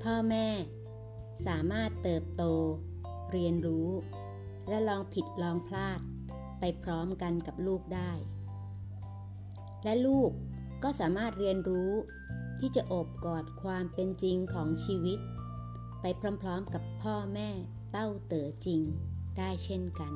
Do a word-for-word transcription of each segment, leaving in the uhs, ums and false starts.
พ่อแม่สามารถเติบโตเรียนรู้และลองผิดลองพลาดไปพร้อมกันกับลูกได้และลูกก็สามารถเรียนรู้ที่จะโอบกอดความเป็นจริงของชีวิตไปพร้อมๆกับพ่อแม่เต้าเต๋อจริงได้เช่นกัน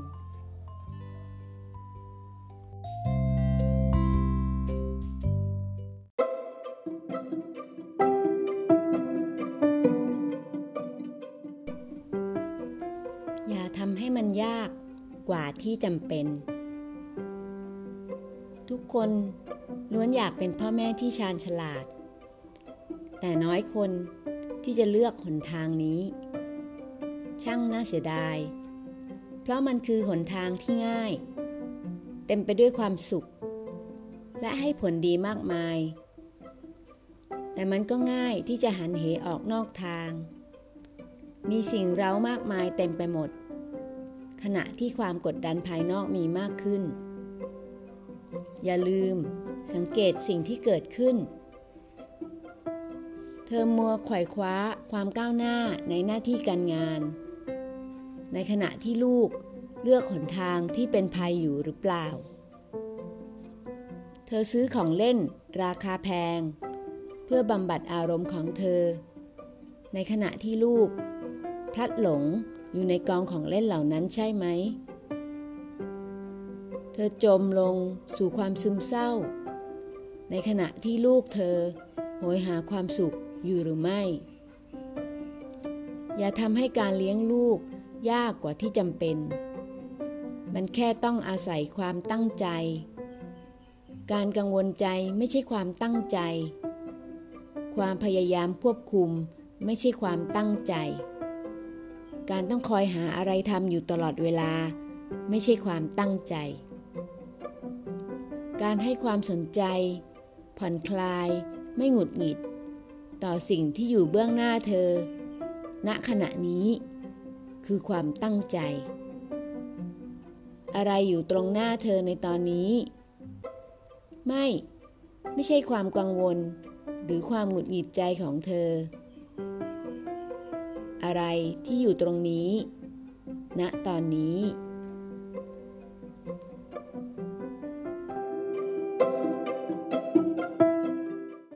อย่าทำให้มันยากกว่าที่จำเป็นทุกคนล้วนอยากเป็นพ่อแม่ที่ชาญฉลาดแต่น้อยคนที่จะเลือกหนทางนี้ช่างน่าเสียดายเพราะมันคือหนทางที่ง่ายเต็มไปด้วยความสุขและให้ผลดีมากมายแต่มันก็ง่ายที่จะหันเหออกนอกทางมีสิ่งเร้ามากมายเต็มไปหมดขณะที่ความกดดันภายนอกมีมากขึ้นอย่าลืมสังเกตสิ่งที่เกิดขึ้นเธอมัวไขว่คว้าความก้าวหน้าในหน้าที่การงานในขณะที่ลูกเลือกหนทางที่เป็นภัยอยู่หรือเปล่าเธอซื้อของเล่นราคาแพงเพื่อบำบัดอารมณ์ของเธอในขณะที่ลูกพลัดหลงอยู่ในกองของเล่นเหล่านั้นใช่ไหมเธอจมลงสู่ความซึมเศร้าในขณะที่ลูกเธอโหยหาความสุขอยู่หรือไม่อย่าทำให้การเลี้ยงลูกยากกว่าที่จำเป็นมันแค่ต้องอาศัยความตั้งใจการกังวลใจไม่ใช่ความตั้งใจความพยายามควบคุมไม่ใช่ความตั้งใจการต้องคอยหาอะไรทำอยู่ตลอดเวลาไม่ใช่ความตั้งใจการให้ความสนใจผ่อนคลายไม่หงุดหงิดต่อสิ่งที่อยู่เบื้องหน้าเธอณขณะนี้คือความตั้งใจอะไรอยู่ตรงหน้าเธอในตอนนี้ไม่ไม่ใช่ความกังวลหรือความหงุดหงิดใจของเธออะไรที่อยู่ตรงนี้ณตอนนี้